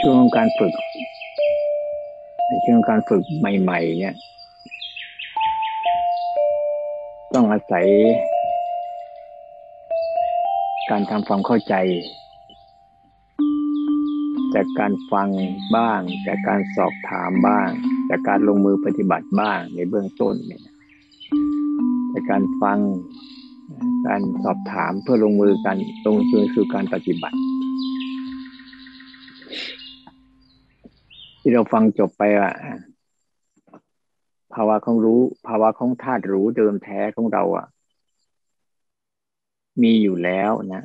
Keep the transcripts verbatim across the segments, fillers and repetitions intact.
ช่วงการฝึกในช่วงการฝึกใหม่ๆเนี่ยต้องอาศัยการทำความเข้าใจจากการฟังบ้างจากการสอบถามบ้างจากการลงมือปฏิบัติบ้างในเบื้องต้นเนี่ยจากการฟังการสอบถามเพื่อลงมือกันลงมือสู่การปฏิบัติที่เราฟังจบไปอะภาวะของรู้ภาวะของธาตุรู้เดิมแท้ของเราอะมีอยู่แล้วนะ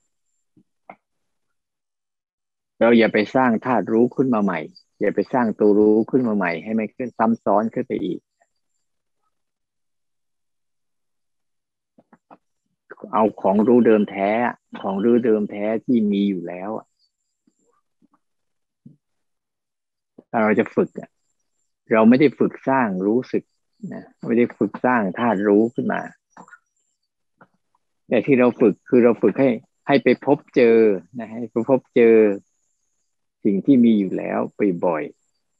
เราอย่าไปสร้างธาตุรู้ขึ้นมาใหม่อย่าไปสร้างตัวรู้ขึ้นมาใหม่ให้มันขึ้นซ้ำซ้อนขึ้นไปอีกเอาของรู้เดิมแท้ของรู้เดิมแท้ที่มีอยู่แล้วถ้าเราจะฝึกเราไม่ได้ฝึกสร้างรู้สึกนะไม่ได้ฝึกสร้างธาตุรู้ขึ้นมาแต่ที่เราฝึกคือเราฝึกให้ให้ไปพบเจอนะให้ไปพบเจอสิ่งที่มีอยู่แล้วบ่อย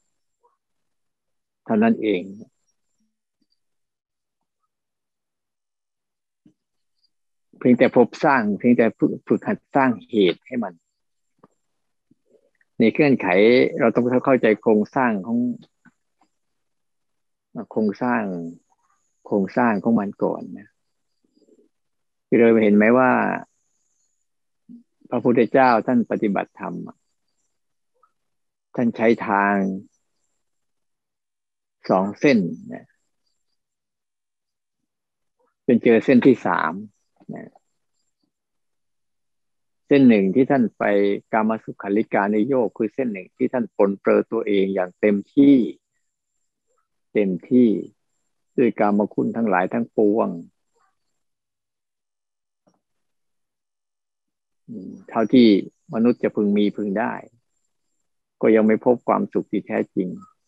ๆเท่านั้นเองเพียงแต่พบสร้างเพียงแต่ฝึกฝึกหัดสร้างเหตุให้มันในเงื่อนไขเราต้องเข้าใจโครงสร้างของโครงสร้างโครงสร้างของมันก่อนนะที่เราเห็นไหมว่าพระพุทธเจ้าท่านปฏิบัติธรรมท่านใช้ทางสองเส้นนะจนเจอเส้นที่สามนะเส้นหนึ่งที่ท่านไปกามสุขาริการนโยคคือเส้นหนึ่งที่ท่านปลนเปลือตัวเองอย่างเต็มที่เต็มที่ด้วยกามคุณทั้งหลายทั้งปวงเท่าที่มนุษย์จะพึงมีพึงได้ก็ยังไม่พบความสุขที่แท้จริง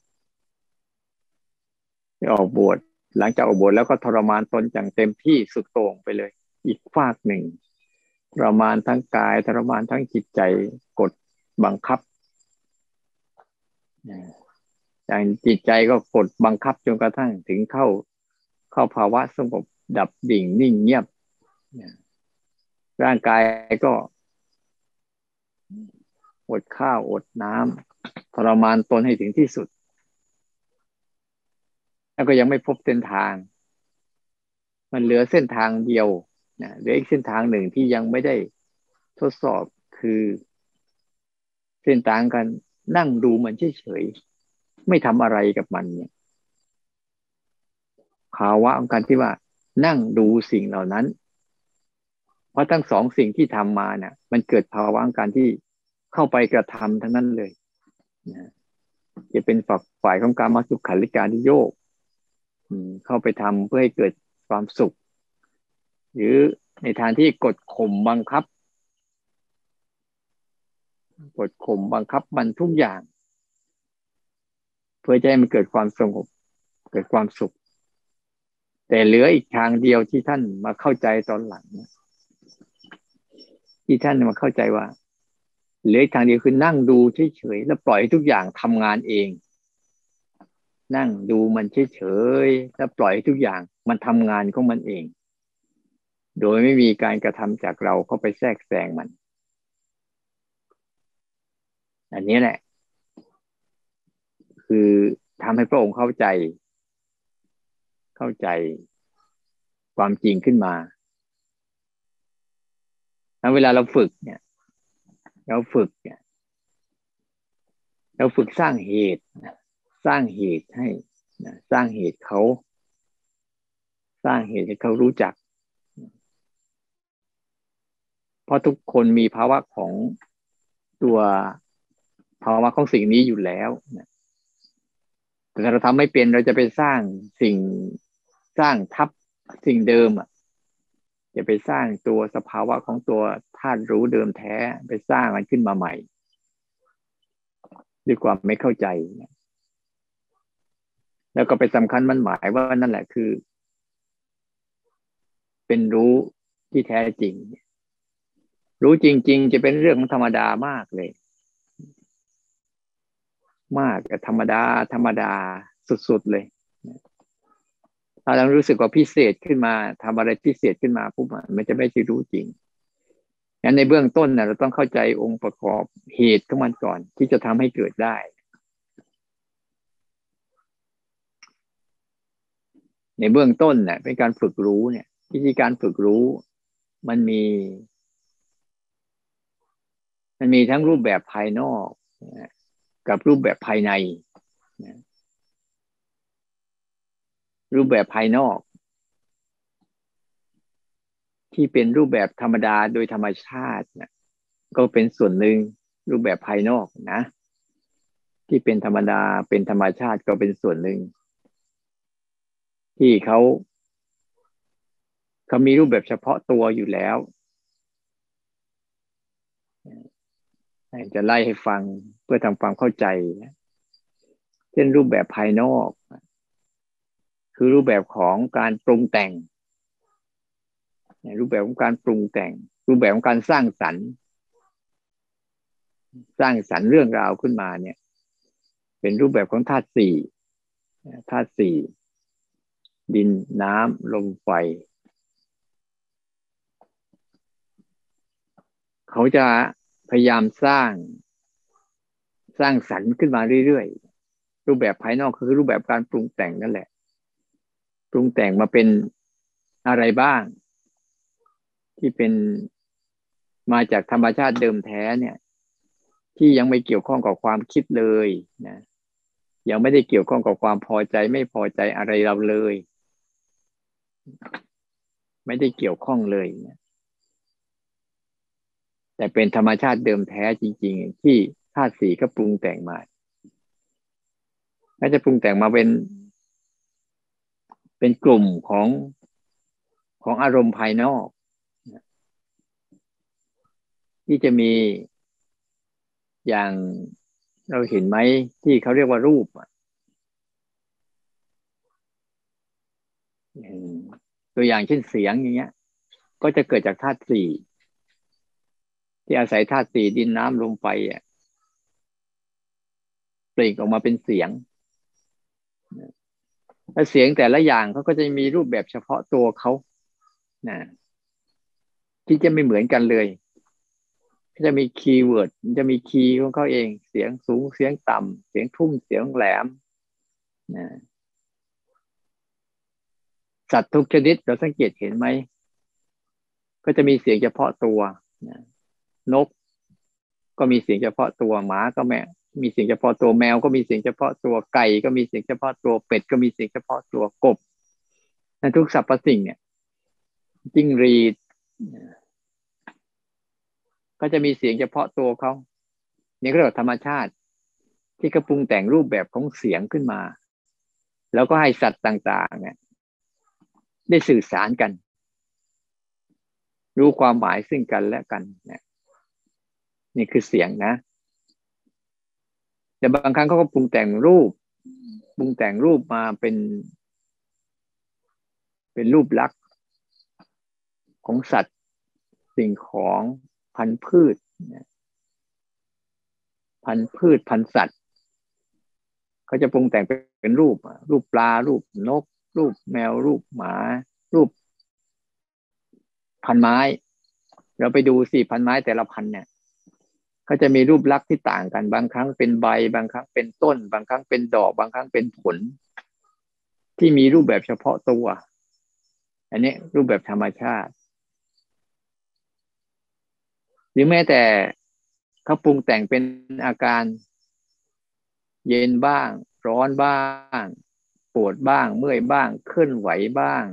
ที่ออกบวชหลังจากออกบวชแล้วก็ทรมานตนอย่างเต็มที่สุดโต่งไปเลยอีกฝากหนึ่งทรมานทั้งกายทรมานทั้งจิตใจกดบังคับอย่างจิตใจก็กดบังคับจนกระทั่งถึงเข้าเข้าภาวะสงบดับดิ่งนิ่งเงียบร่างกายก็อดข้าวอดน้ำทรมานตนให้ถึงที่สุดแล้วก็ยังไม่พบเส้นทางมันเหลือเส้นทางเดียวนะเหลืออีกเส้นทางหนึ่งที่ยังไม่ได้ทดสอบคือเส้นทางการนั่งดูมันเฉยๆไม่ทำอะไรกับมันเนี่ยภาวะของการที่ว่านั่งดูสิ่งเหล่านั้นเพราะทั้งสองสิ่งที่ทำมาเนี่ยมันเกิดภาวะของการที่เข้าไปกระทำทั้งนั้นเลยนะจะเป็นฝักฝ่ายของการมาสุขขันธิการนิโยกเข้าไปทำเพื่อให้เกิดความสุขหรือในทางที่กดข่มบังคับกดข่มบังคับมันทุกอย่างเพื่อจะให้มันเกิดความสงบเกิดความสุขแต่เหลืออีกทางเดียวที่ท่านมาเข้าใจตอนหลังที่ท่านมาเข้าใจว่าเหลืออีกทางเดียวคือนั่งดูเฉยๆแล้วปล่อยให้ทุกอย่างทำงานเองนั่งดูมันเฉยๆแล้วปล่อยให้ทุกอย่างมันทำงานของมันเองโดยไม่มีการกระทำจากเราเข้าไปแทรกแซงมันอันนี้แหละคือทำให้พระองค์เข้าใจเข้าใจความจริงขึ้นมาแล้วเวลาเราฝึกเนี่ยเราฝึกเนี่ยเราฝึกสร้างเหตุสร้างเหตุให้นะสร้างเหตุเขาสร้างเหตุให้เขารู้จักเพราะทุกคนมีภาวะของตัวภาวะของสิ่งนี้อยู่แล้วนะแต่ถ้าเราทำไม่เป็นเราจะไปสร้างสิ่งสร้างทับสิ่งเดิมอ่ะจะไปสร้างตัวสภาวะของตัวธาตุรู้เดิมแท้ไปสร้างมันขึ้นมาใหม่ด้วยความไม่เข้าใจแล้วก็ไปสำคัญมันหมายว่านั่นแหละคือเป็นรู้ที่แท้จริงรู้จริงๆจะเป็นเรื่องธรรมดามากเลยมากธรรมดาธรรมดาสุดๆเลยถ้าเรารู้สึกว่าพิเศษขึ้นมาทำอะไรพิเศษขึ้นมาปุ๊บมันจะไม่ใช่รู้จริงงั้นในเบื้องต้นนะเราต้องเข้าใจองค์ประกอบเหตุของมันก่อนที่จะทำให้เกิดได้ในเบื้องต้นเนี่ยเป็นการฝึกรู้เนี่ยวิธีการฝึกรู้มันมีมันมีทั้งรูปแบบภายนอกกับรูปแบบภายในรูปแบบภายนอกที่เป็นรูปแบบธรรมดาโดยธรรมชาตินะก็เป็นส่วนหนึ่งรูปแบบภายนอกนะที่เป็นธรรมดาเป็นธรรมชาติก็เป็นส่วนหนึ่งที่เขาเขามีรูปแบบเฉพาะตัวอยู่แล้วจะไล่ให้ฟังเพื่อทำความเข้าใจเช่นรูปแบบภายนอกคือรูปแบบของการปรุงแต่งรูปแบบของการปรุงแต่งรูปแบบของการสร้างสรรค์สร้างสรรค์เรื่องราวขึ้นมาเนี่ยเป็นรูปแบบของธาตุสี่ธาตุสี่ดินน้ำลมไฟเขาจะพยายามสร้างสร้างสรรค์ขึ้นมาเรื่อยๆรูปแบบภายนอกคือรูปแบบการปรุงแต่งนั่นแหละปรุงแต่งมาเป็นอะไรบ้างที่เป็นมาจากธรรมชาติเดิมแท้เนี่ยที่ยังไม่เกี่ยวข้องกับความคิดเลยนะยังไม่ได้เกี่ยวข้องกับความพอใจไม่พอใจอะไรเราเลยไม่ได้เกี่ยวข้องเลยนะแต่เป็นธรรมชาติเดิมแท้จริงๆที่ธาตุสี่ก็ปรุงแต่งมาก็จะปรุงแต่งมาเป็นเป็นกลุ่มของของอารมณ์ภายนอกที่จะมีอย่างเราเห็นไหมที่เขาเรียกว่ารูปตัวอย่างเช่นเสียงอย่างเงี้ยก็จะเกิดจากธาตุสี่ที่อาศัยธาตุสี่ดินน้ำลมไฟอ่ะเปล่งออกมาเป็นเสียงและเสียงแต่ละอย่างเขาก็จะมีรูปแบบเฉพาะตัวเขานะที่จะไม่เหมือนกันเลยจะมีคีย์เวิร์ดจะมีคีย์ของเขาเองเสียงสูงเสียงต่ำเสียงทุ่มเสียงแหลมนะสัตว์ทุกชนิดเราสังเกตเห็นไหมก็จะมีเสียงเฉพาะตัวนะนกก็มีเสียงเฉพาะตัวหมาก็แม่มีเสียงเฉพาะตัวแมวก็มีเสียงเฉพาะตัวไก่ก็มีเสียงเฉพาะตัวเป็ดก็มีเสียงเฉพาะตัวกบในทุกสรรพสิ่งเนี่ยจิ้งหรีดก็จะมีเสียงเฉพาะตัวเขานี่ก็เรียกว่าธรรมชาติที่กระปรุงแต่งรูปแบบของเสียงขึ้นมาแล้วก็ให้สัตว์ต่างๆเนี่ยได้สื่อสารกันรู้ความหมายซึ่งกันและกันเนี่ยนี่คือเสียงนะแต่บางครั้งเขาก็ปรุงแต่งรูปปรุงแต่งรูปมาเป็นเป็นรูปลักษณ์ของสัตว์สิ่งของพันธุ์พืชพันธุ์พืชพันธุ์สัตว์เขาจะปรุงแต่งเป็นรูปรูปปลารูปนกรูปแมวรูปหมารูปพันไม้เราไปดูสิพันไม้แต่ละพันเนี่ยเขาจะมีรูปลักษณ์ที่ต่างกันบางครั้งเป็นใบบางครั้งเป็นต้นบางครั้งเป็นดอกบางครั้งเป็นผลที่มีรูปแบบเฉพาะตัวอันนี้รูปแบบธรรมชาติหรือแม้แต่เขาปรุงแต่งเป็นอาการเย็นบ้างร้อนบ้างปวดบ้างเมื่อยบ้างเคลื่อนไหวบ้าง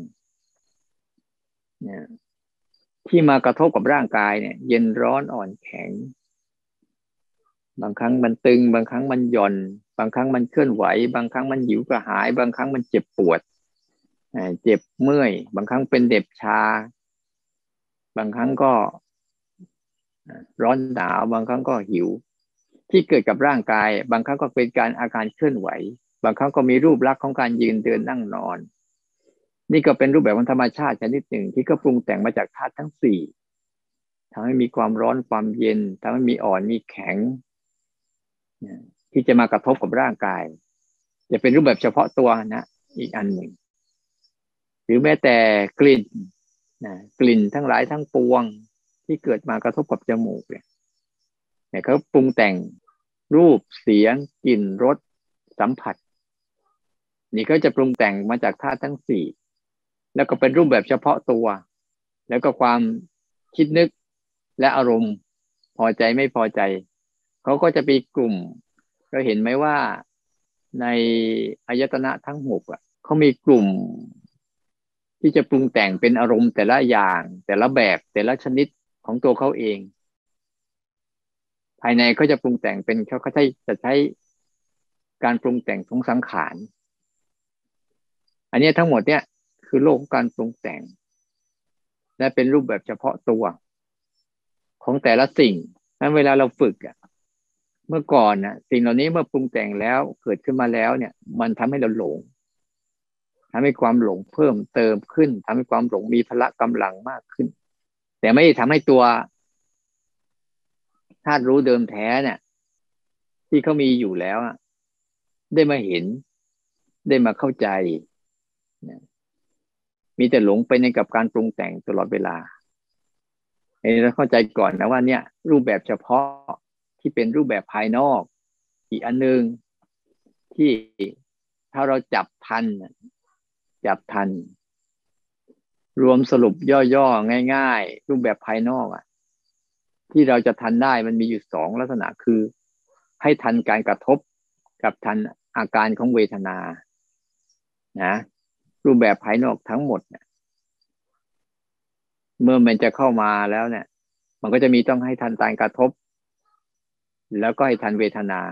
เนี่ยที่มากระทบกับร่างกายเนี่ยเย็นร้อนอ่อนแข็งบางครั้งมันตึงบางครั้งมันหย่อนบางครั้งมันเคลื่อนไหวบางครั้งมันหิวกระหายบางครั้งมันเจ็บปวดเจ็บเมื่อยบางครั้งเป็นเด็บชาบางครั้งก็ร้อนหนาวบางครั้งก็หิวที่เกิดกับร่างกายบางครั้งก็เป็นการอาการเคลื่อนไหวบางครั้งก็มีรูปลักษณ์ของการยืนเดินนั่งนอนนี่ก็เป็นรูปแบบของธรรมชาติชนิดหนึ่งที่ก็ปรุงแต่งมาจากธาตุทั้งสี่ทำให้มีความร้อนความเย็นทำให้มีอ่อนมีแข็งที่จะมากระทบกับร่างกายจะเป็นรูปแบบเฉพาะตัวนะอีกอันหนึ่งหรือแม้แต่กลิ่นนะกลิ่นทั้งหลายทั้งปวงที่เกิดมากระทบกับจมูกเนี่ยเนี่ยเขาปรุงแต่งรูปเสียงกลิ่นรสสัมผัสนี่ก็จะปรุงแต่งมาจากธาตุทั้งสี่แล้วก็เป็นรูปแบบเฉพาะตัวแล้วก็ความคิดนึกและอารมณ์พอใจไม่พอใจเขาก็จะมีกลุ่มเราเห็นไหมว่าในอายตนะทั้งหกอ่ะเขามีกลุ่มที่จะปรุงแต่งเป็นอารมณ์แต่ละอย่างแต่ละแบบแต่ละชนิดของตัวเขาเองภายในก็จะปรุงแต่งเป็นเขาเขาใช้จะใช้การปรุงแต่งของสังขารอันนี้ทั้งหมดเนี่ยคือโลกของการปรุงแต่งและเป็นรูปแบบเฉพาะตัวของแต่ละสิ่งนั้นเวลาเราฝึกอ่ะเมื่อก่อนน่ะสิ่งเหล่านี้เมื่อปรุงแต่งแล้วเกิดขึ้นมาแล้วเนี่ยมันทำให้เราหลงทำให้ความหลงเพิ่มเติมขึ้นทำให้ความหลงมีพละกำลังมากขึ้นแต่ไม่ได้ทำให้ตัวธาตุรู้เดิมแท้เนี่ยที่เขามีอยู่แล้วได้มาเห็นได้มาเข้าใจมีแต่หลงไปในกับการปรุงแต่งตลอดเวลาให้เราเข้าใจก่อนนะว่าเนี่ยรูปแบบเฉพาะที่เป็นรูปแบบภายนอกอีกอันนึงที่ถ้าเราจับทันจับทันรวมสรุปย่อๆง่ายๆรูปแบบภายนอกอ่ะที่เราจะทันได้มันมีอยู่สองลักษณะคือให้ทันการกระทบกับทันอาการของเวทนานะรูปแบบภายนอกทั้งหมดเนี่ยเมื่อมันจะเข้ามาแล้วเนี่ยมันก็จะมีต้องให้ทันการกระทบแล้วก็ให้ทันเวทนา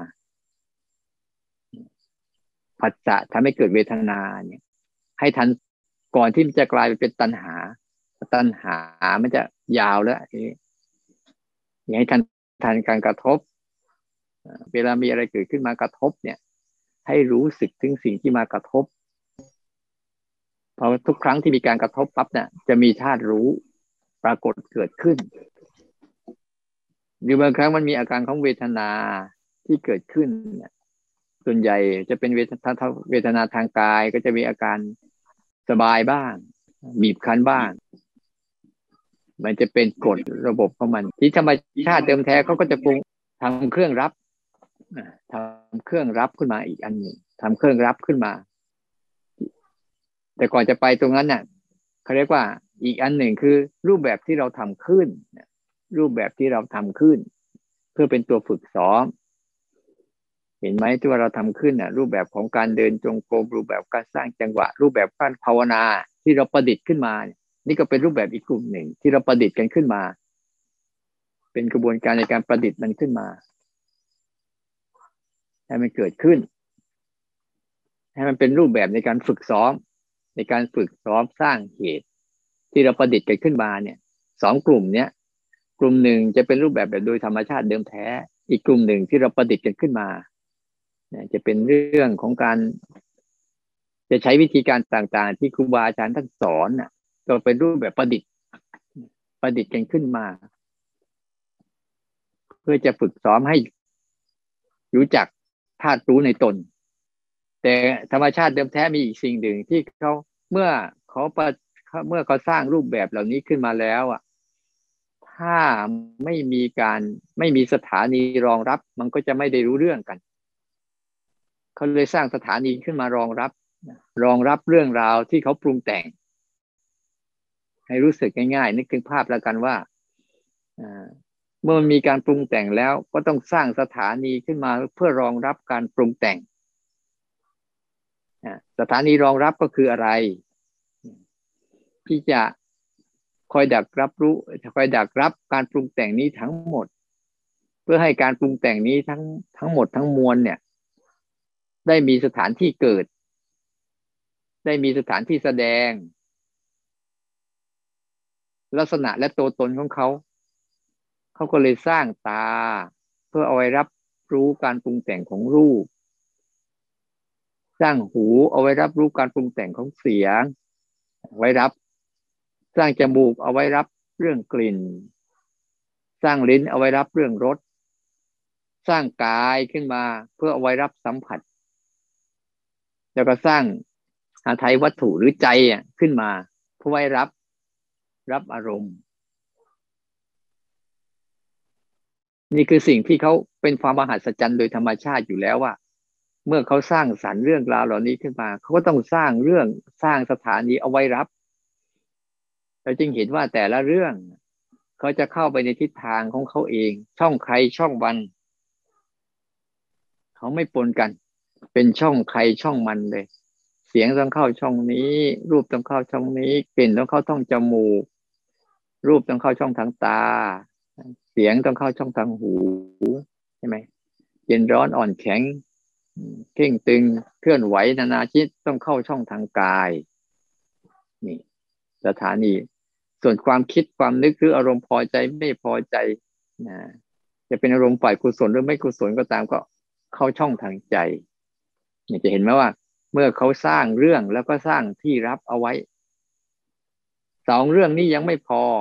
ผัสสะทำให้เกิดเวทนาเนี่ยให้ทันก่อนที่มันจะกลายเป็นตัณหาตัณหามันจะยาวแล้วอย่าให้ทันทันการกระทบเวลามีอะไรเกิดขึ้นมากระทบเนี่ยให้รู้สึกถึงสิ่งที่มากระทบเพราะทุกครั้งที่มีการกระทบปั๊บเนี่ยจะมีธาตุรู้ปรากฏเกิดขึ้นหรือบางครั้งมันมีอาการของเวทนาที่เกิดขึ้นส่วนใหญ่จะเป็นเวทนาเวทนาทางกายก็จะมีอาการสบายบ้างบีบคั้นบ้างมันจะเป็นกฎระบบของมันที่ธรรมชาติเดิมแท้เขาก็จะปรุงทำเครื่องรับทำเครื่องรับขึ้นมาอีกอันหนึ่งทำเครื่องรับขึ้นมาแต่ก่อนจะไปตรงนั้นน่ะเขาเรียกว่าอีกอันหนึ่งคือรูปแบบที่เราทำขึ้นรูปแบบที่เราทำขึ้นเพื่อเป็นตัวฝึกซ้อมเห็นไหมที่ว่าเราทำขึ้นน่ะรูปแบบของการเดินจงกรมรูปแบบการสร้างจังหวะรูปแบบการภาวนาที่เราประดิษฐ์ขึ้นมานี่ก็เป็นรูปแบบอีกกลุ่มหนึ่งที่เราประดิษฐ์กันขึ้นมาเป็นกระบวนการในการประดิษฐ์มันขึ้นมาให้มันเกิดขึ้นให้มันเป็นรูปแบบในการฝึกซ้อมในการฝึกซ้อมสร้างเหตุที่เราประดิษฐ์กันขึ้นมาเนี่ยสองกลุ่มเนี้ยกลุ่มหนึ่งจะเป็นรูปแบบแบบโดยธรรมชาติเดิมแท้อีกกลุ่มหนึ่งที่เราประดิษฐ์กันขึ้นมาเนี่ยจะเป็นเรื่องของการจะใช้วิธีการต่างๆที่ครูบาอาจารย์ท่านสอนน่ะก็เป็นรูปแบบประดิษฐ์ประดิษฐ์กันขึ้นมาเพื่อจะฝึกซ้อมให้รู้จักธาตุรู้ในตนแต่ธรรมชาติเดิมแท้มีอีกสิ่งหนึ่งที่เขาเมื่อเขาประเมื่อเขาสร้างรูปแบบเหล่านี้ขึ้นมาแล้วอ่ะถ้าไม่มีการไม่มีสถานีรองรับมันก็จะไม่ได้รู้เรื่องกันเขาเลยสร้างสถานีขึ้นมารองรับรองรับเรื่องราวที่เขาปรุงแต่งให้รู้สึกง่ายๆนึกถึงภาพแล้วกันว่าเมื่อมันมีการปรุงแต่งแล้วก็ต้องสร้างสถานีขึ้นมาเพื่อรองรับการปรุงแต่งสถานีรองรับก็คืออะไรที่จะคอยดักรับรู้คอยดักรับการปรุงแต่งนี้ทั้งหมดเพื่อให้การปรุงแต่งนี้ทั้งทั้งหมดทั้งมวลเนี่ยได้มีสถานที่เกิดได้มีสถานที่แสดงลักษณะและตัวตนของเขาเขาก็เลยสร้างตาเพื่อเอาไว้รับรู้การปรุงแต่งของรูปสร้างหูเอาไว้รับรู้การปรุงแต่งของเสียงไว้รับสร้างจมูกเอาไว้รับเรื่องกลิ่นสร้างลิ้นเอาไว้รับเรื่องรสสร้างกายขึ้นมาเพื่อเอาไว้รับสัมผัสแล้วก็สร้างหาไทยวัตถุหรือใจอ่ะขึ้นมาเพื่อไว้รับรับอารมณ์นี่คือสิ่งที่เขาเป็นความมหัศจรรย์โดยธรรมชาติอยู่แล้วว่าเมื่อเขาสร้างสรรค์เรื่องราวเหล่านี้ขึ้นมาเขาก็ต้องสร้างเรื่องสร้างสถานีเอาไว้รับเราจึงเห็นว่าแต่ละเรื่องเขาจะเข้าไปในทิศทางของเขาเองช่องใครช่องมันเขาไม่ปนกันเป็นช่องใครช่องมันเลยเสียงต้องเข้าช่องนี้รูปต้องเข้าช่องนี้กลิ่นต้องเข้าช่องจมูกรูปต้องเข้าช่องทางตาเสียงต้องเข้าช่องทางหูใช่ไหมเย็นร้อนอ่อนแข็งเข่งตึงเคลื่อนไหวนานาชนิดต้องเข้าช่องทางกายนี่สถานีส่วนความคิดความนึกหรืออารมณ์พอใจไม่พอใจนะจะเป็นอารมณ์ฝ่ายกุศลหรือไม่กุศลก็ตามก็เข้าช่องทางใจเนี่ยจะเห็นไหมว่าเมื่อเขาสร้างเรื่องแล้วก็สร้างที่รับเอาไว้สองเรื่องนี้ยังไม่พอ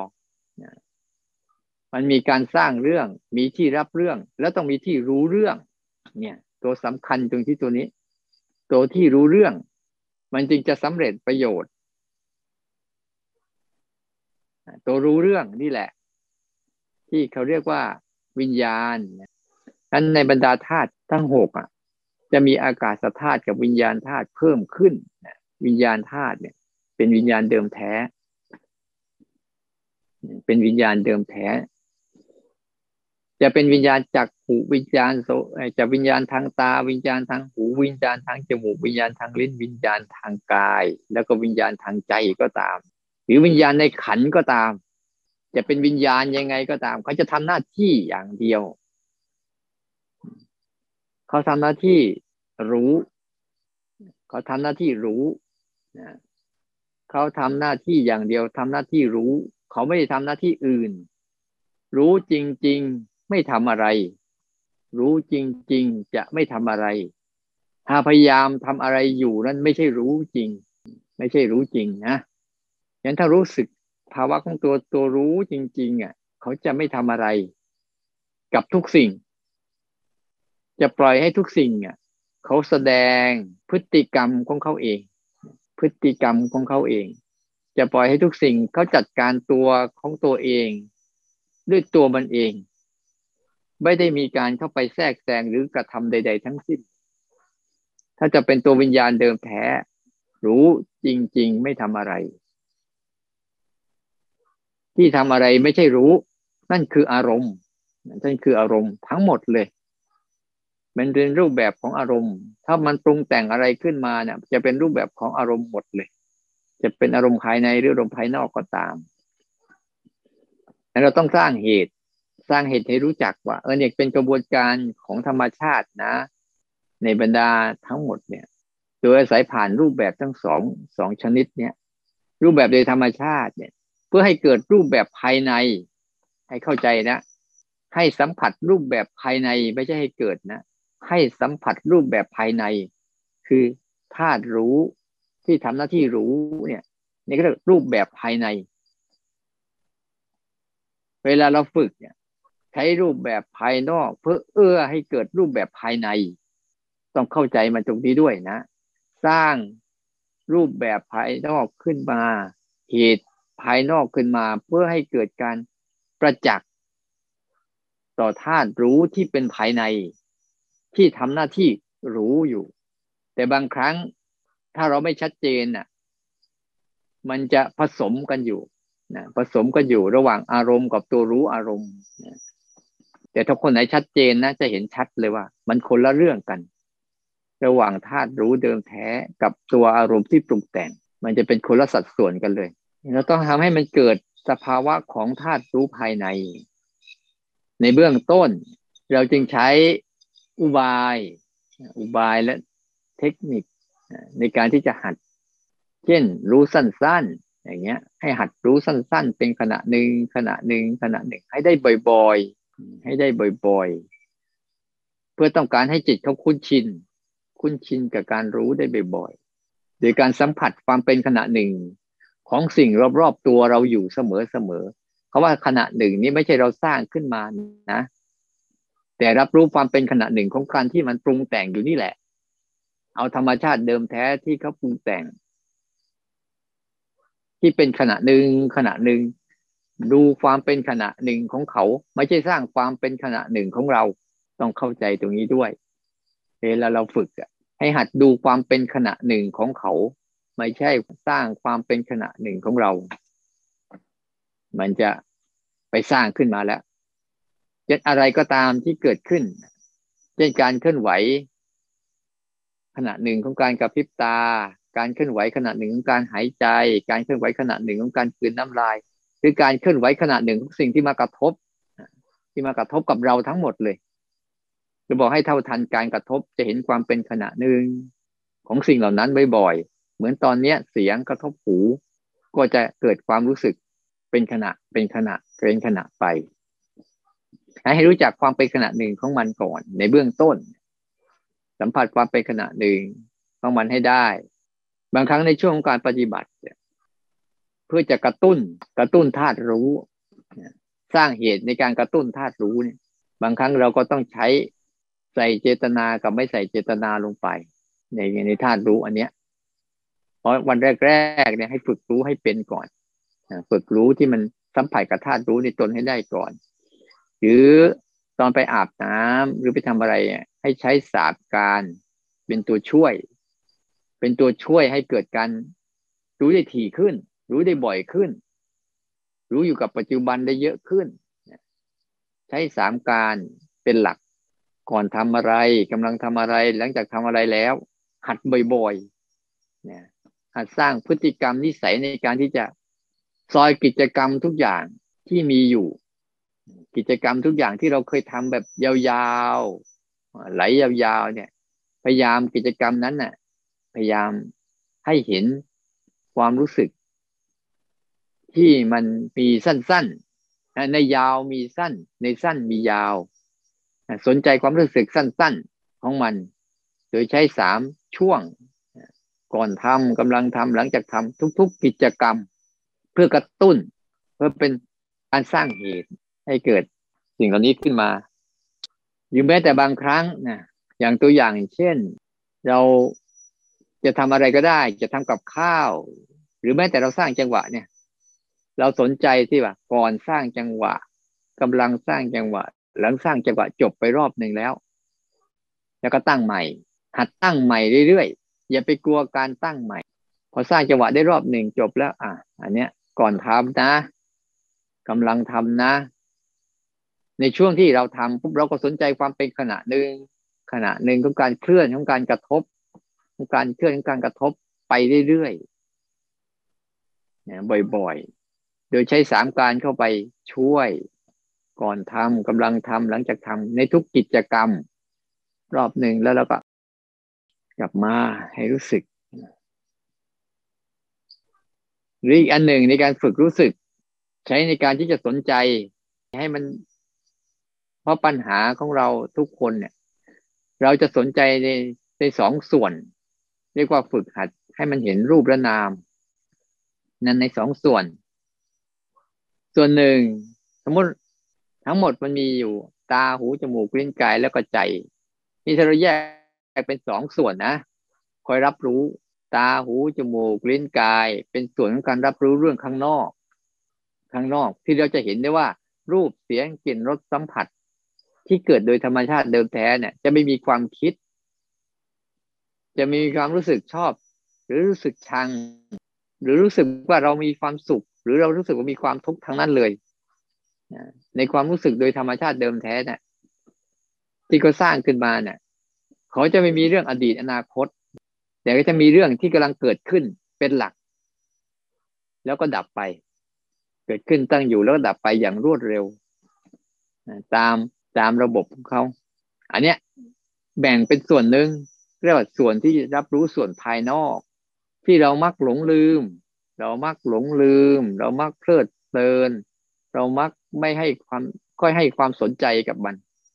มันมีการสร้างเรื่องมีที่รับเรื่องแล้วต้องมีที่รู้เรื่องเนี่ยตัวสำคัญตรงที่ตัวนี้ตัวที่รู้เรื่องมันจึงจะสำเร็จประโยชน์ตัวรู้เรื่องนี่แหละที่เขาเรียกว่าวิญญาณนั้นในบรรดาธาตุทั้งหกอ่ะจะมีอากาศธาตุกับวิญญาณธาตุเพิ่มขึ้นวิญญาณธาตุเนี่ยเป็นวิญญาณเดิมแท้เป็นวิญญาณเดิมแท้จะเป็นวิญญาณจักขุวิญญาณโสจะวิญญาณทางตาวิญญาณทางหูวิญญาณทางจมูกวิญญาณทางลิ้นวิญญาณทางกายแล้วก็วิญญาณทางใจก็ตามหรือวิญญาณในขันธ์ก็ตามจะเป็นวิญญาณยังไงก็ตามเขาจะทำหน้าที่อย่างเดียวเขาทำหน้าที่รู้เขาทำหน้าที่รู้นะเขาทำหน้าที่อย่างเดียวทำหน้าที่รู้เขาไม่ได้ทำหน้าที่อื่นรู้จริงๆไม่ทำอะไรรู้จริงๆจะไม่ทำอะไรถ้าพยายามทำอะไรอยู่นั้นไม่ใช่รู้จริงไม่ใช่รู้จริงนะงั้นถ้ารู้สึกภาวะของตัวตัวรู้จริงๆอ่ะเขาจะไม่ทำอะไรกับทุกสิ่งจะปล่อยให้ทุกสิ่งอ่ะเขาแสดงพฤติกรรมของเขาเองพฤติกรรมของเขาเองจะปล่อยให้ทุกสิ่งเขาจัดการตัวของตัวเองด้วยตัวมันเองไม่ได้มีการเข้าไปแทรกแซงหรือกระทำใดๆทั้งสิ้นถ้าจะเป็นตัววิญญาณเดิมแท้รู้จริงๆไม่ทำอะไรที่ทำอะไรไม่ใช่รู้นั่นคืออารมณ์นั่นคืออารมณ์ทั้งหมดเลยมันเป็นรูปแบบของอารมณ์ถ้ามันปรุงแต่งอะไรขึ้นมาเนี่ยจะเป็นรูปแบบของอารมณ์หมดเลยจะเป็นอารมณ์ภายในหรืออารมณ์ภายนอกก็ตามแล้วเราต้องสร้างเหตุสร้างเหตุให้รู้จักว่าเออเนี่ยเป็นกระบวนการของธรรมชาตินะในบรรดาทั้งหมดเนี่ยโดยอาศัยผ่านรูปแบบทั้งสองสองชนิดเนี่ยรูปแบบโดยธรรมชาติเนี่ยเพื่อให้เกิดรูปแบบภายในให้เข้าใจนะให้สัมผัสรูปแบบภายในไม่ใช่ให้เกิดนะให้สัมผัสรูปแบบภายในคือธาตุรู้ที่ทำหน้าที่รู้เนี่ยนี่ก็เรียกรูปแบบภายในเวลาเราฝึกเนี่ยใช้รูปแบบภายนอกเพื่อเอื้อให้เกิดรูปแบบภายในต้องเข้าใจมันตรงนี้ด้วยนะสร้างรูปแบบภายนอกขึ้นมาเหตุภายนอกขึ้นมาเพื่อให้เกิดการประจักษ์ต่อธาตุรู้ที่เป็นภายในที่ทำหน้าที่รู้อยู่แต่บางครั้งถ้าเราไม่ชัดเจนน่ะมันจะผสมกันอยู่นะผสมกันอยู่ระหว่างอารมณ์กับตัวรู้อารมณ์นะแต่ถ้าคนไหนชัดเจนนะจะเห็นชัดเลยว่ามันคนละเรื่องกันระหว่างธาตุรู้เดิมแท้กับตัวอารมณ์ที่ปรุงแต่งมันจะเป็นคนละสัดส่วนกันเลยเราต้องทำให้มันเกิดสภาวะของธาตุรู้ภายในในเบื้องต้นเราจึงใช้อุบายอุบายและเทคนิคในการที่จะหัดเช่นรู้สั้นๆอย่างเงี้ยให้หัดรู้สั้นๆเป็นขณะหนึ่งขณะหนึ่งขณะหนึ่งให้ได้บ่อยๆให้ได้บ่อยๆเพื่อต้องการให้จิตเขาคุ้นชินคุ้นชินกับการรู้ได้บ่อยๆโดยการสัมผัสความเป็นขณะหนึ่งของสิ่งรอบๆตัวเราอยู่เสมอๆเพราะว่าขณะหนึ่งนี้ไม่ใช่เราสร้างขึ้นมานะแต่รับรู้ความเป็นขณะหนึ่งของการที่มันปรุงแต่งอยู่นี่แหละเอาธรรมชาติเดิมแท้ที่เขาปรุงแต่งที่เป็นขณะหนึ่งขณะหนึ่งดูความเป็นขณะหนึ่งของเขาไม่ใช่สร้างความเป็นขณะหนึ่งของเราต้องเข้าใจตรงนี้ด้วยเวลาเราฝึกให้หัดดูความเป็นขณะหนึ่งของเขาไม่ใช่สร้างความเป็นขณะหนึ่งของเรามันจะไปสร้างขึ้นมาแล้วเช่นอะไรก็ตามที่เกิดขึ้นเช่นการเคลื่อนไหวขณะหนึ่งของการกระพริบตาการเคลื่อนไหวขณะหนึ่งของการหายใจการเคลื่อนไหวขณะหนึ่งของการกลืนน้ำลายหรือการเคลื่อนไหวขณะหนึ่งของสิ่งที่มากระทบที่มากระทบกับเราทั้งหมดเลยจะบอกให้เท่าทันการกระทบจะเห็นความเป็นขณะหนึ่งของสิ่งเหล่านั้นบ่อยๆเหมือนตอนเนี้ยเสียงกระทบหูก็จะเกิดความรู้สึกเป็นขณะเป็นขณะเป็นขณะไปให้รู้จักความเป็นขณะหนึ่งของมันก่อนในเบื้องต้นสัมผัสความเป็นขณะหนึ่งของมันให้ได้บางครั้งในช่วงของการปฏิบัติเพื่อจะกระตุ้นกระตุ้นธาตุรู้สร้างเหตุในการกระตุ้นธาตุรู้เนี่ยบางครั้งเราก็ต้องใช้ใส่เจตนากับไม่ใส่เจตนาลงไปในในธาตุรู้อันเนี้ยเพราะวันแรกๆเนี่ยให้ฝึกรู้ให้เป็นก่อนฝึกรู้ที่มันสัมผัสกับธาตุรู้ในตนให้ได้ก่อนหรือตอนไปอาบน้ำหรือไปทำอะไรให้ใช้ศาสตร์การเป็นตัวช่วยเป็นตัวช่วยให้เกิดการรู้ได้ถี่ขึ้นรู้ได้บ่อยขึ้นรู้อยู่กับปัจจุบันได้เยอะขึ้นใช้สามการเป็นหลักก่อนทำอะไรกำลังทำอะไรหลังจากทำอะไรแล้วหัดบ่อยๆเนี่ยหัดสร้างพฤติกรรมนิสัยในการที่จะซอยกิจกรรมทุกอย่างที่มีอยู่กิจกรรมทุกอย่างที่เราเคยทำแบบยาวๆไหลยาวๆเนี่ยพยายามกิจกรรมนั้นน่ะพยายามให้เห็นความรู้สึกที่มันมีสั้นๆในยาวมีสั้นในสั้นมียาวสนใจความรู้สึกสั้นๆของมันโดยใช้สามช่วงก่อนทำกำลังทำหลังจากทำทุกๆกิจกรรมเพื่อกระตุ้นเพื่อเป็นการสร้างเหตุให้เกิดสิ่งเหล่านี้ขึ้นมาอยู่แม้แต่บางครั้งนะอย่างตัวอย่างเช่นเราจะทำอะไรก็ได้จะทำกับข้าวหรือแม้แต่เราสร้างจังหวะเนี่ยเราสนใจที่ว่าก่อนสร้างจังหวะกำลังสร้างจังหวะหลังสร้างจังหวะจบไปรอบหนึ่งแล้วแล้วก็ตั้งใหม่หัดตั้งใหม่เรื่อยๆอย่าไปกลัวการตั้งใหม่พอสร้างจังหวะได้รอบหนึ่งจบแล้วอ่ะอันเนี้ยก่อนทำนะกำลังทำนะในช่วงที่เราทำปุ๊บเราก็สนใจความเป็นขณะหนึ่งขณะหนึ่งของการเคลื่อนของการกระทบของการเคลื่อนของการกระทบไปเรื่อยๆเนี่ยบ่อยๆโดยใช้สามการเข้าไปช่วยก่อนทำกำลังทำหลังจากทำในทุกกิจกรรมรอบหนึ่งแล้วเราก็กลับมาให้รู้สึกหรืออีกอันหนึ่งในการฝึกรู้สึกใช้ในการที่จะสนใจให้มันเพราะปัญหาของเราทุกคนเนี่ยเราจะสนใจในในสองส่วนเรียกว่าฝึกหัดให้มันเห็นรูปและนามนั้นในสองส่วนส่วนหนึ่งสมมติทั้งหมดมันมีอยู่ตาหูจมูกลิ้นกายแล้วก็ใจนี่ถ้าเราแยกเป็นสองส่วนนะคอยรับรู้ตาหูจมูกลิ้นกายเป็นส่วนของการรับรู้เรื่องข้างนอกข้างนอกที่เราจะเห็นได้ว่ารูปเสียงกลิ่นรสสัมผัสที่เกิดโดยธรรมชาติเดิมแท้เนี่ยจะไม่มีความคิดจะมีความรู้สึกชอบหรือรู้สึกชังหรือรู้สึกว่าเรามีความสุขหรือเรารู้สึกว่ามีความทุกข์ทั้งนั้นเลยในความรู้สึกโดยธรรมชาติเดิมแท้เนี่ยที่เขาสร้างขึ้นมาเนี่ยเขาจะไม่มีเรื่องอดีตอนาคตแต่ก็จะมีเรื่องที่กำลังเกิดขึ้นเป็นหลักแล้วก็ดับไปเกิดขึ้นตั้งอยู่แล้วก็ดับไปอย่างรวดเร็วตามตามระบบของเขาอันเนี้ยแบ่งเป็นส่วนหนึ่งเรียกว่าส่วนที่รับรู้ส่วนภายนอกที่เรามักหลงลืมเรามักหลงลืมเรามักเพลิดเพลินเรามักไม่ให้ความค่อยให้ความสนใจกับมัน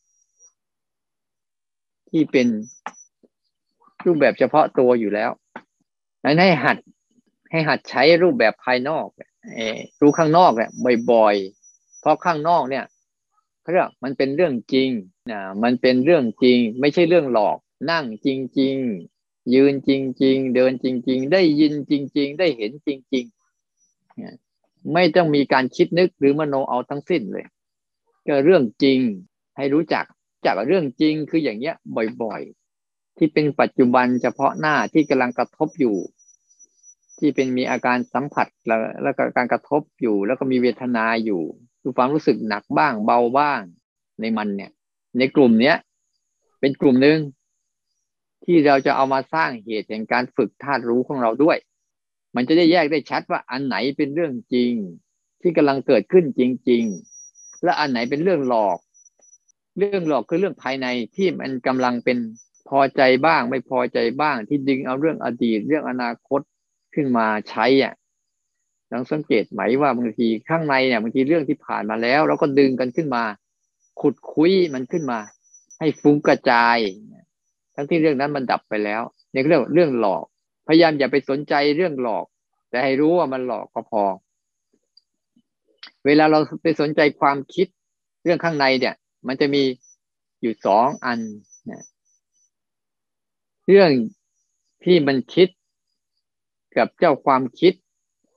ที่เป็นรูปแบบเฉพาะตัวอยู่แล้วนั้นให้หัดให้หัดใช้รูปแบบภายนอกรู้ข้างนอกเนี่ยบ่อยๆเพราะข้างนอกเนี่ยเขาเรียกมันเป็นเรื่องจริงนะมันเป็นเรื่องจริงไม่ใช่เรื่องหลอกนั่งจริงๆยืนจริงๆเดินจริงๆได้ยินจริงๆได้เห็นจริงๆไม่ต้องมีการคิดนึกหรือมโนเอาทั้งสิ้นเลยก็เรื่องจริงให้รู้จักจากเรื่องจริงคืออย่างเงี้ยบ่อยๆที่เป็นปัจจุบันเฉพาะหน้าที่กำลังกระทบอยู่ที่เป็นมีอาการสัมผัสแล้วแล้วก็การกระทบอยู่แล้วก็มีเวทนาอยู่คือความรู้สึกหนักบ้างเบาบ้างในมันเนี่ยในกลุ่มเนี้ยเป็นกลุ่มหนึ่งที่เราจะเอามาสร้างเหตุแห่งการฝึกธาตุรู้ของเราด้วยมันจะได้แยกได้ชัดว่าอันไหนเป็นเรื่องจริงที่กำลังเกิดขึ้นจริงๆและอันไหนเป็นเรื่องหลอกเรื่องหลอกคือเรื่องภายในที่มันกำลังเป็นพอใจบ้างไม่พอใจบ้างที่ดึงเอาเรื่องอดีตเรื่องอนาคตขึ้นมาใช้อ่ะลองสังเกตไหมว่าบางทีข้างในเนี่ยบางทีเรื่องที่ผ่านมาแล้วเราก็ดึงกันขึ้นมาขุดคุยมันขึ้นมาให้ฟุ้งกระจายทั้งที่เรื่องนั้นมันดับไปแล้วในเรื่องเรื่องหลอกพยายามอย่าไปสนใจเรื่องหลอกแต่ให้รู้ว่ามันหลอกก็พอเวลาเราไปสนใจความคิดเรื่องข้างในเนี่ยมันจะมีอยู่สองอันนะเรื่องที่มันคิดกับเจ้าความคิด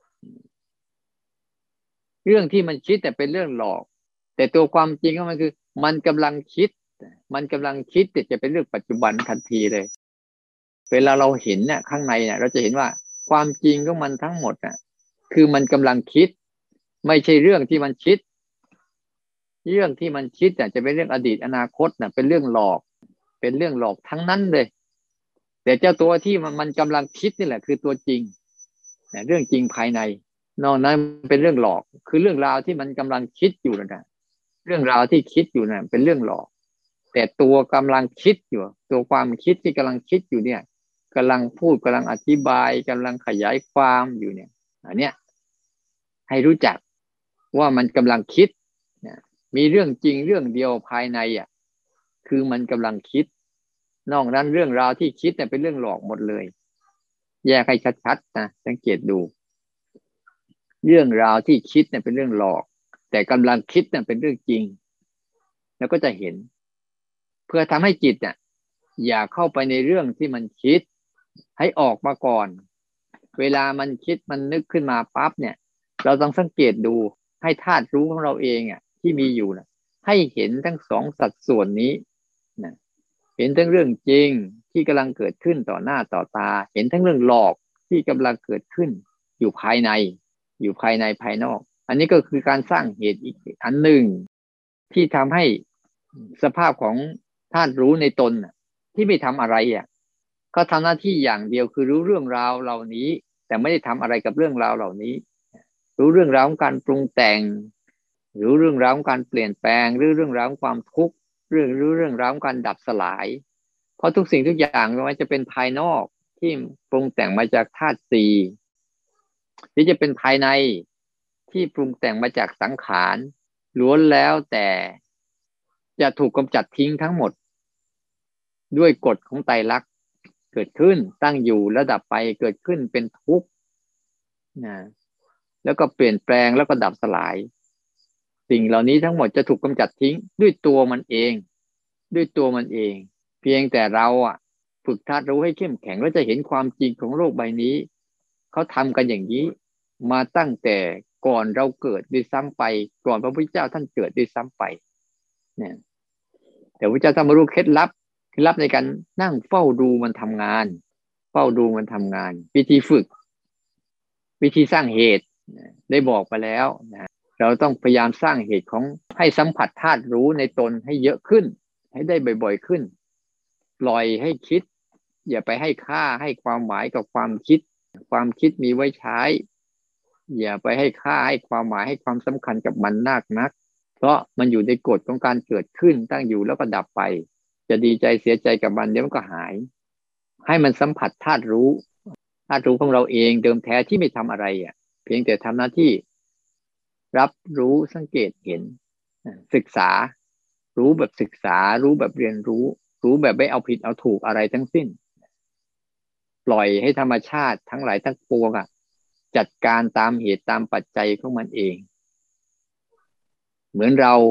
เรื่องที่มันคิดแต่เป็นเรื่องหลอกแต่ตัวความจริงของมันคือมันกำลังคิดมันกำลังคิดแต่จะเป็นเรื่องปัจจุบันทันทีเลยเวลาเราเห็นเนี่ยข้างในเนี่ยเราจะเห็นว่าความจริงของมันทั้งหมดน่ะคือมันกำลังคิดไม่ใช่เรื่องที่มันคิดเรื่องที่มันคิดอ่ะจะเป็นเรื่องอดีตอนาคตน่ะเป็นเรื่องหลอกเป็นเรื่องหลอกทั้งนั้นเลยแต่เจ้าตัวที่มันมันกำลังคิดนี่แหละคือตัวจริงเนี่ยเรื่องจริงภายในนอกนั้นเป็นเรื่องหลอกคือเรื่องราวที่มันกำลังคิดอยู่นะเรื่องราวที่คิดอยู่นะเป็นเรื่องหลอกแต่ตัวกำลังคิดอยู่ตัวความคิดที่กำลังคิดอยู่เนี่ยกำลังพูดกำลังอธิบายกำลังขยายความอยู่เนี่ยอันเนี้ยให้รู้จักว่ามันกำลังคิดมีเรื่องจริงเรื่องเดียวภายในอ่ะคือมันกำลังคิดนอกนั้นเรื่องราวที่คิดเนี่ยเป็นเรื่องหลอกหมดเลยแยกให้ชัดๆนะสังเกตดูเรื่องราวที่คิดเนี่ยเป็นเรื่องหลอกแต่กำลังคิดเนี่ยเป็นเรื่องจริงแล้วก็จะเห็นเพื่อทำให้จิตเนี่ยอย่าเข้าไปในเรื่องที่มันคิดให้ออกมาก่อนเวลามันคิดมันนึกขึ้นมาปั๊บเนี่ยเราต้องสังเกตดูให้ธาตุรู้ของเราเองอ่ะที่มีอยู่นะให้เห็นทั้งสองสัดส่วนนี้นะเห็นทั้งเรื่องจริงที่กำลังเกิดขึ้นต่อหน้าต่อตาเห็นทั้งเรื่องหลอกที่กำลังเกิดขึ้นอยู่ภายในอยู่ภายในภายนอกอันนี้ก็คือการสร้างเหตุอีกอันหนึ่งที่ทำให้สภาพของธาตุรู้ในตนที่ไม่ทำอะไรอ่ะก็ทำหน้าที่อย่างเดียวคือรู้เรื่องราวเหล่านี้แต่ไม่ได้ทำอะไรกับเรื่องราวเหล่านี้รู้เรื่องราวของการปรุงแต่งรู้เรื่องราวของการเปลี่ยนแปลงหรือเรื่องราวของความทุกข์เรื่องรู้เรื่องราวของการดับสลายเพราะทุกสิ่งทุกอย่างไม่ว่าจะเป็นภายนอกที่ปรุงแต่งมาจากธาตุสี่หรือจะเป็นภายในที่ปรุงแต่งมาจากสังขารล้วนแล้วแต่จะถูกกำจัดทิ้งทั้งหมดด้วยกฎของไตรลักษณ์เกิดขึ้นตั้งอยู่แล้วดับไปเกิดขึ้นเป็นทุกข์นะแล้วก็เปลี่ยนแปลงแล้วก็ดับสลายสิ่งเหล่านี้ทั้งหมดจะถูกกำจัดทิ้งด้วยตัวมันเองด้วยตัวมันเองเพียงแต่เราอ่ะฝึกธาตุรู้ให้เข้มแข็งแล้วจะเห็นความจริงของโลกใบนี้เขาทำกันอย่างนี้มาตั้งแต่ก่อนเราเกิดด้วยซ้ำไปก่อนพระพุทธเจ้าท่านเกิดด้วยซ้ำไปเนี่ยแต่พระพุทธเจ้าท่านมารู้เคล็ดลับเคล็ดลับในการนั่งเฝ้าดูมันทำงานเฝ้าดูมันทำงานวิธีฝึกวิธีสร้างเหตุได้บอกไปแล้วนะเราต้องพยายามสร้างเหตุของให้สัมผัสธาตุรู้ในตนให้เยอะขึ้นให้ได้บ่อยๆขึ้นปล่อยให้คิดอย่าไปให้ค่าให้ความหมายกับความคิดความคิดมีไว้ใช้อย่าไปให้ค่าให้ความหมายให้ความสำคัญกับมันมากนักเพราะมันอยู่ในกฎของการเกิดขึ้นตั้งอยู่แล้วก็ดับไปจะดีใจเสียใจกับมันเดี๋ยวมันก็หายให้มันสัมผัสธาตุรู้ธาตุรู้ของเราเองเดิมแท้ที่ไม่ทำอะไรอ่ะเพียงแต่ทำหน้าที่รับรู้สังเกตเห็นศึกษารู้แบบศึกษารู้แบบเรียนรู้รู้แบบไม่เอาผิดเอาถูกอะไรทั้งสิ้นปล่อยให้ธรรมชาติทั้งหลายทั้งปวงอ่ะจัดการตามเหตุตามปัจจัยของมันเองเหมือนเรา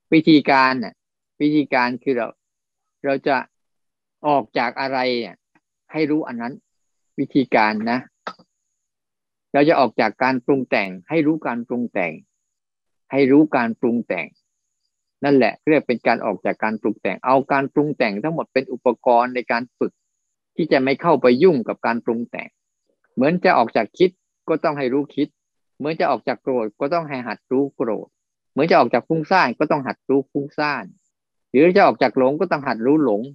วิธีการน่ะวิธีการคือเราเราจะออกจากอะไรเนี่ยให้รู้อันนั้นวิธีการนะเราจะออกจากการปรุงแต่งให้รู้การปรุงแต่งให้รู้การปรุงแต่งนั่นแหละเรียกเป็นการออกจากการปรุงแต่งเอาการปรุงแต่งทั้งหมดเป็นอุปกรณ์ในการฝึกที่จะไม่เข้าไปยุ่งกับการปรุงแต่งเหมือนจะออกจากคิดก็ต้องให้รู้คิดเหมือนจะออกจากโกรธก็ต้องให้หัดรู้โกรธเหมือนจะออกจากฟุ้งซ่านก็ต้องหัดรู้ฟุ้งซ่านหรือจะออกจากหลงก็ต้องหัดรู้หลง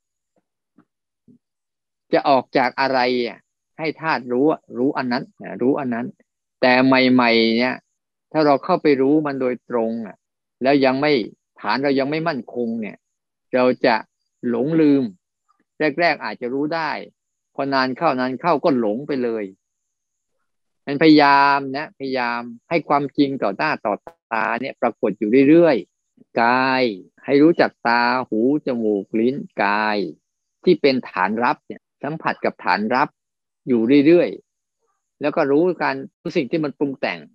จะออกจากอะไรอ่ะให้ธาตุรู้รู้อันนั้นรู้อันนั้นแต่ใหม่ๆเนี่ยถ้าเราเข้าไปรู้มันโดยตรงอ่ะแล้วยังไม่ฐานเรายังไม่มั่นคงเนี่ยเราจะหลงลืมแรกๆอาจจะรู้ได้พอนานเข้านานเข้าก็หลงไปเลยมันพยายามนะพยายามให้ความจริงต่อหน้าต่อตาเนี่ยปรากฏอยู่เรื่อยๆกายให้รู้จักตาหูจมูกลิ้นกายที่เป็นฐานรับเนี่ยสัมผัสกับฐานรับอยู่เรื่อยๆแล้วก็รู้การรู้สิ่งที่มันปรุงแต่ง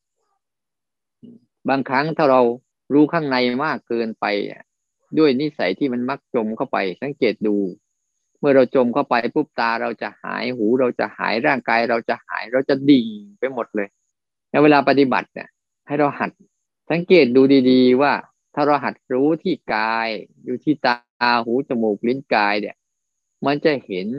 บางครั้งถ้าเรารู้ข้างในมากเกินไปด้วยนิสัยที่มันมักจมเข้าไปสังเกตดูเมื่อเราจมเข้าไปปุ๊บตาเราจะหายหูเราจะหายร่างกายเราจะหายเราจะดิ่งไปหมดเลยแล้วเวลาปฏิบัติเนี่ยให้เราหัดสังเกตดูดีๆว่าถ้าเราหัดรู้ที่กายอยู่ที่ตาหูจมูกลิ้นกายเนี่ยมันจะเห็น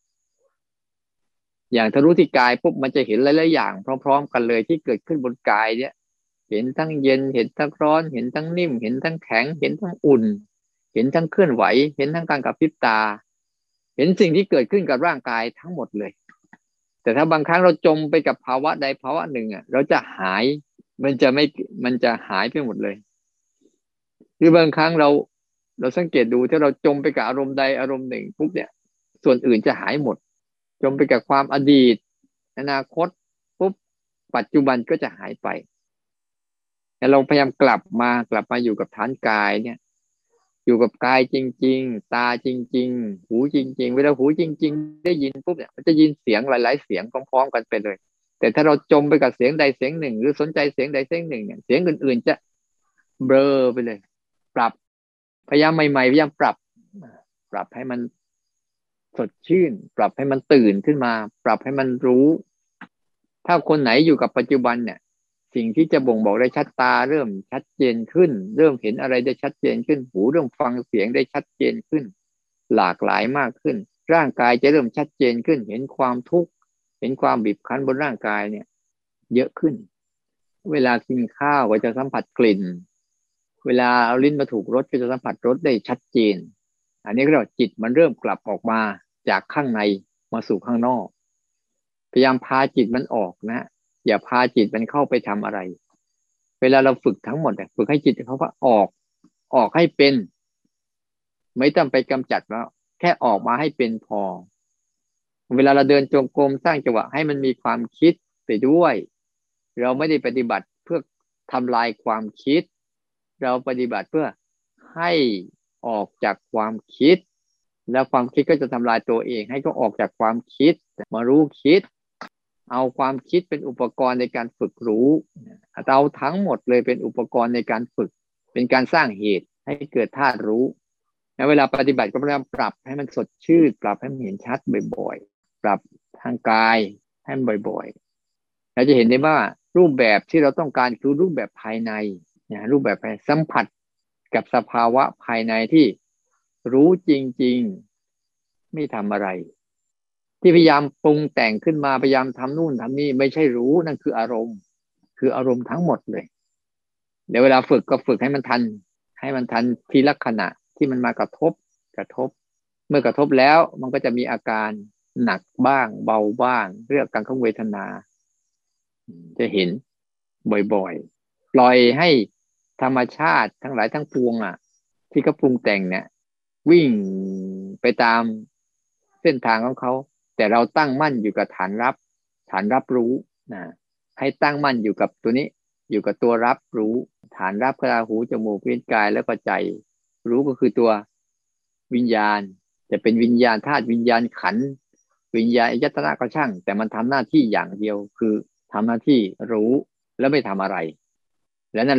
อย่างถ้ารู้ที่กายปุ๊บมันจะเห็นหลายๆอย่างพร้อมๆกันเลยที่เกิดขึ้นบนกายเนี่ยเห็นทั้งเย็นเห็นทั้งร้อนเห็นทั้งนิ่มเห็นทั้งแข็งเห็นทั้งอุ่นเห็นทั้งเคลื่อนไหวเห็นทั้งการกระพริบตาเห็นสิ่งที่เกิดขึ้นกับร่างกายทั้งหมดเลยแต่ถ้าบางครั้งเราจมไปกับภาวะใดภาวะหนึ่งอ่ะเราจะหายมันจะไม่มันจะหายไปหมดเลยหรือบางครั้งเราเราสังเกตดูถ้าเราจมไปกับอารมณ์ใดอารมณ์หนึ่งปุ๊บเนี่ยส่วนอื่นจะหายหมดจมไปกับความอดีตอนาคตปุ๊บปัจจุบันก็จะหายไปแต่เราพยายามกลับมากลับมาอยู่กับฐานกายเนี่ยอยู่กับกายจริงๆตาจริงๆหูจริงๆเวลาหูจริงๆได้ยินปุ๊บเนี่ยมันจะยินเสียงหลายๆเสียงพร้อมๆกันไปเลยแต่ถ้าเราจมไปกับเสียงใดเสียงหนึ่งหรือสนใจเสียงใดเสียงหนึ่งเนี่ยเสียงอื่นๆจะเบลอไปเลยปรับพยายามใหม่ๆพยายามปรับปรับให้มันสดชื่นปรับให้มันตื่นขึ้นมาปรับให้มันรู้ถ้าคนไหนอยู่กับปัจจุบันเนี่ยสิ่งที่จะบ่งบอกได้ชัดตาเริ่มชัดเจนขึ้นเริ่มเห็นอะไรได้ชัดเจนขึ้นหูเริ่มฟังเสียงได้ชัดเจนขึ้นหลากหลายมากขึ้นร่างกายจะเริ่มชัดเจนขึ้นเห็นความทุกข์เห็นความบีบคั้นบนร่างกายเนี่ยเยอะขึ้นเวลากินข้าวก็จะสัมผัสกลิ่นเวลาเอาลิ้นมาถูกรสก็จะสัมผัสรสได้ชัดเจนอันนี้ก็เรียกว่าจิตมันเริ่มกลับออกมาจากข้างในมาสู่ข้างนอกพยายามพาจิตมันออกนะอย่าพาจิตมันเข้าไปทำอะไรเวลาเราฝึกทั้งหมดฝึกให้จิตเขาว่าออกออกให้เป็นไม่ต้องไปกำจัดแล้วแค่ออกมาให้เป็นพอเวลาเราเดินจงกรมสร้างจังหวะให้มันมีความคิดไปด้วยเราไม่ได้ปฏิบัติเพื่อทำลายความคิดเราปฏิบัติเพื่อให้ออกจากความคิดแล้วความคิดก็จะทำลายตัวเองให้ก็ออกจากความคิดมารู้คิดเอาความคิดเป็นอุปกรณ์ในการฝึกรู้เราทั้งหมดเลยเป็นอุปกรณ์ในการฝึกเป็นการสร้างเหตุให้เกิดธาตุรู้ในเวลาปฏิบัติก็พยายามปรับให้มันสดชื่นปรับให้มันเห็นชัดบ่อยๆปรับทางกายให้มันบ่อยๆเราจะเห็นได้ว่ารูปแบบที่เราต้องการคือรูปแบบภายในนะรูปแบบภายสัมผัสกับสภาวะภายในที่รู้จริงๆไม่ทำอะไรที่พยายามปรุงแต่งขึ้นมาพยายามทำนู่นทำนี่ไม่ใช่รู้นั่นคืออารมณ์คืออารมณ์ทั้งหมดเลยเดี๋ยวเวลาฝึกก็ฝึกให้มันทันให้มันทันทีละขณะที่มันมากระทบกระทบเมื่อกระทบแล้วมันก็จะมีอาการหนักบ้างเบาบ้างเรื่องการของเวทนาจะเห็นบ่อยๆปล่อยให้ธรรมชาติทั้งหลายทั้งปวงอ่ะที่เขาปรุงแต่งเนี่ยวิ่งไปตามเส้นทางของเขาแต่เราตั้งมั่นอยู่กับฐานรับฐานรับรู้นะให้ตั้งมั่นอยู่กับตัวนี้อยู่กับตัวรับรู้ฐานรับกระหูจมูกลิ้นกายแล้วก็ใจรู้ก็คือตัววิญญาณจะเป็นวิญญาณธาตุวิญญาณขันธ์วิญญาณอายตนะก็ช่างแต่มันทำหน้าที่อย่างเดียวคือทำหน้าที่รู้แล้วไม่ทำอะไรแล้วนั่นแหละ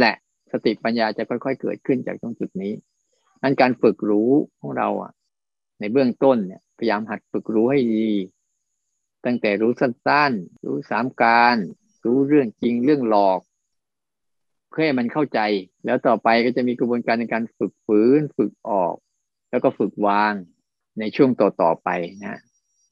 สติปัญญาจะค่อยๆเกิดขึ้นจากตรงจุดนี้นั้นการฝึกรู้ของเราอ่ะในเบื้องต้นเนี่ยพยายามหัดฝึกรู้ให้ดีตั้งแต่รู้สั้นๆรู้สามการรู้เรื่องจริงเรื่องหลอกเพื่อให้มันเข้าใจแล้วต่อไปก็จะมีกระบวนการในการฝึกฝืนฝึกออกแล้วก็ฝึกวางในช่วงต่อๆไปนะ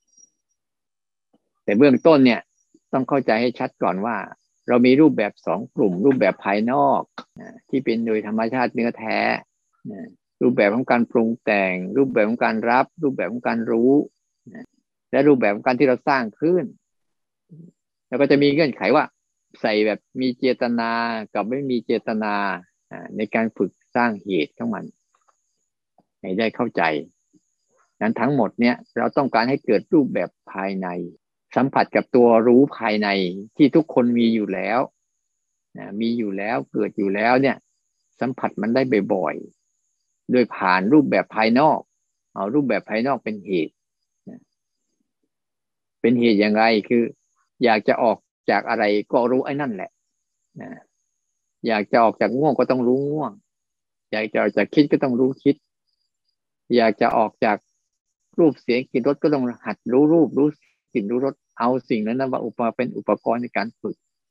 แต่เบื้องต้นเนี่ยต้องเข้าใจให้ชัดก่อนว่าเรามีรูปแบบสองกลุ่มรูปแบบภายนอกนะที่เป็นโดยธรรมชาติเนื้อแท้นะรูปแบบของการปรุงแต่งรูปแบบของการรับรูปแบบของการรู้นะและรูปแบบของการที่เราสร้างขึ้นแล้วก็จะมีเงื่อนไขว่าใส่แบบมีเจตนากับไม่มีเจตนาในการฝึกสร้างเหตุของมันให้ได้เข้าใจนั้นทั้งหมดเนี่ยเราต้องการให้เกิดรูปแบบภายในสัมผัสกับตัวรู้ภายในที่ทุกคนมีอยู่แล้วนะมีอยู่แล้วเกิดอยู่แล้วเนี่ยสัมผัสมันได้บ่อยๆโดยผ่านรูปแบบภายนอกเอารูปแบบภายนอกเป็นเหตุนะเป็นเหตุอย่างไรคืออยากจะออกจากอะไรก็รู้ไอ้นั่นแหละนะอยากจะออกจากง่วงก็ต้องรู้ง่วงอยากจะออกจากคิดก็ต้องรู้คิดอยากจะออกจากรูปเสียงกลิ่นรสก็ต้องหัดรู้รูปรู้กลิ่นรู้รสเอาสิ่งนั้นมาอุปเป็นอุปกรณ์ในการฝึก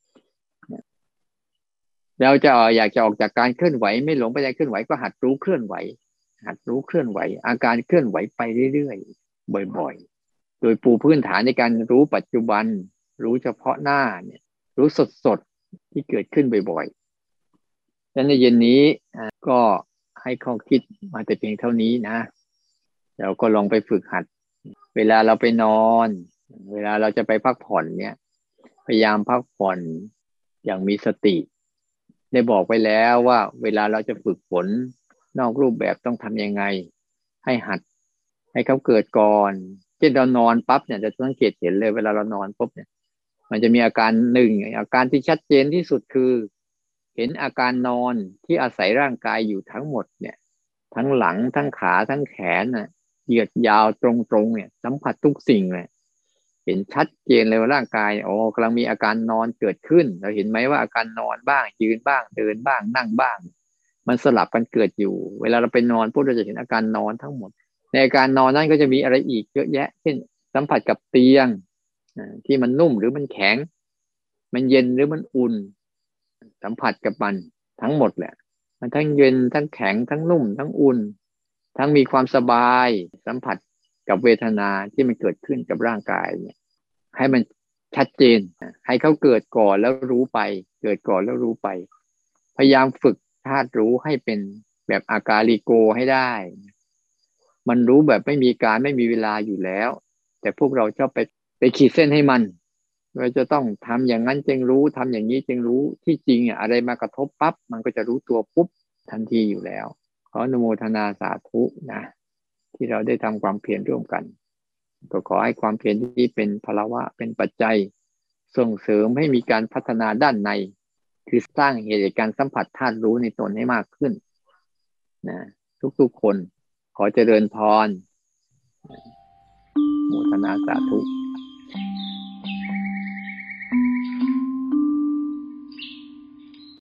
เราจะอยากจะออกจากการเคลื่อนไหวไม่หลงไปในเคลื่อนไหวก็หัดรู้เคลื่อนไหวหัดรู้เคลื่อนไหวอาการเคลื่อนไหวไปเรื่อยๆบ่อยๆโดยปูพื้นฐานในการรู้ปัจจุบันรู้เฉพาะหน้าเนี่ยรู้สดๆที่เกิดขึ้นบ่อยๆและในเย็นนี้ก็ให้ข้อคิดมาแต่เพียงเท่านี้นะเราก็ลองไปฝึกหัดเวลาเราไปนอนเวลาเราจะไปพักผ่อนเนี่ยพยายามพักผ่อนอย่างมีสติได้บอกไปแล้วว่าเวลาเราจะฝึกฝนนอกรูปแบบต้องทำยังไงให้หัดให้เขาเกิดก่อนเช่นเรานอนปั๊บเนี่ยจะสังเกตเห็นเลยเวลาเรานอนปุ๊บเนี่ยมันจะมีอาการหนึ่งอาการที่ชัดเจนที่สุดคือเห็นอาการนอนที่อาศัยร่างกายอยู่ทั้งหมดเนี่ยทั้งหลังทั้งขาทั้งแขนน่ะเหยียดยาวตรงๆเนี่ยสัมผัสทุกสิ่งเลยเห็นชัดเจนเลยว่าร่างกายโอ้กำลังมีอาการนอนเกิดขึ้นเราเห็นไหมว่าอาการนอนบ้างยืนบ้างเดินบ้างนั่งบ้างมันสลับกันเกิดอยู่เวลาเราไปนอนพวกเราจะเห็นอาการนอนทั้งหมดในอาการนอนนั้นก็จะมีอะไรอีกเยอะแยะเช่นสัมผัสกับเตียงที่มันนุ่มหรือมันแข็งมันเย็นหรือมันอุ่นสัมผัสกับมันทั้งหมดแหละมันทั้งเย็นทั้งแข็งทั้งนุ่มทั้งอุ่นทั้งมีความสบายสัมผัสกับเวทนาที่มันเกิดขึ้นกับร่างกายเนี่ยให้มันชัดเจนให้เขาเกิดก่อนแล้วรู้ไปเกิดก่อนแล้วรู้ไปพยายามฝึกธาตุรู้ให้เป็นแบบอากาลิโกให้ได้มันรู้แบบไม่มีการไม่มีเวลาอยู่แล้วแต่พวกเราชอบไปไปขีดเส้นให้มันเราจะต้องทำอย่างนั้นจึงรู้ทำอย่างนี้จึงรู้ที่จริงอ่ะอะไรมากระทบปั๊บมันก็จะรู้ตัวปุ๊บทันทีอยู่แล้วขออนุโมทนาสาธุนะที่เราได้ทำความเพียรร่วมกันก็ขอให้ความเพียรที่เป็นพลวะเป็นปัจจัยส่งเสริมให้มีการพัฒนาด้านในคือสร้างเหตุการสัมผัสธาตุรู้ในตนให้มากขึ้นนะทุกๆคนขอเจริญพรโมทนาสาธุ